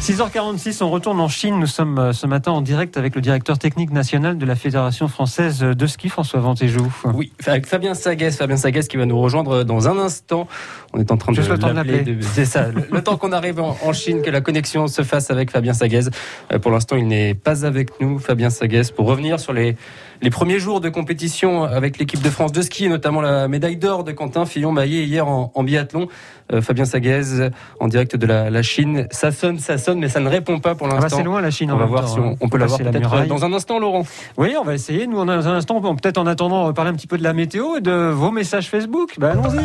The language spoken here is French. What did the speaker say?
6h46, on retourne en Chine. Nous sommes ce matin en direct avec le directeur technique national de la Fédération française de ski, François Ventéjou. Oui, avec Fabien Sagès qui va nous rejoindre dans un instant. On est en train de l'appeler. C'est ça, le temps qu'on arrive en Chine, que la connexion se fasse avec Fabien Sagès. Pour l'instant, il n'est pas avec nous, Fabien Sagès, pour revenir sur les premiers jours de compétition avec l'équipe de France de ski, et notamment la médaille d'or de Quentin Fillon-Maillet hier en biathlon. Fabien Sagès, en direct de la Chine. Ça sonne, mais ça ne répond pas pour l'instant. C'est loin la Chine. On va voir si on peut l'avoir peut-être dans un instant, Laurent. Oui, on va essayer. Nous, dans un instant, peut-être en attendant, parler un petit peu de la météo et de vos messages Facebook. Allons-y.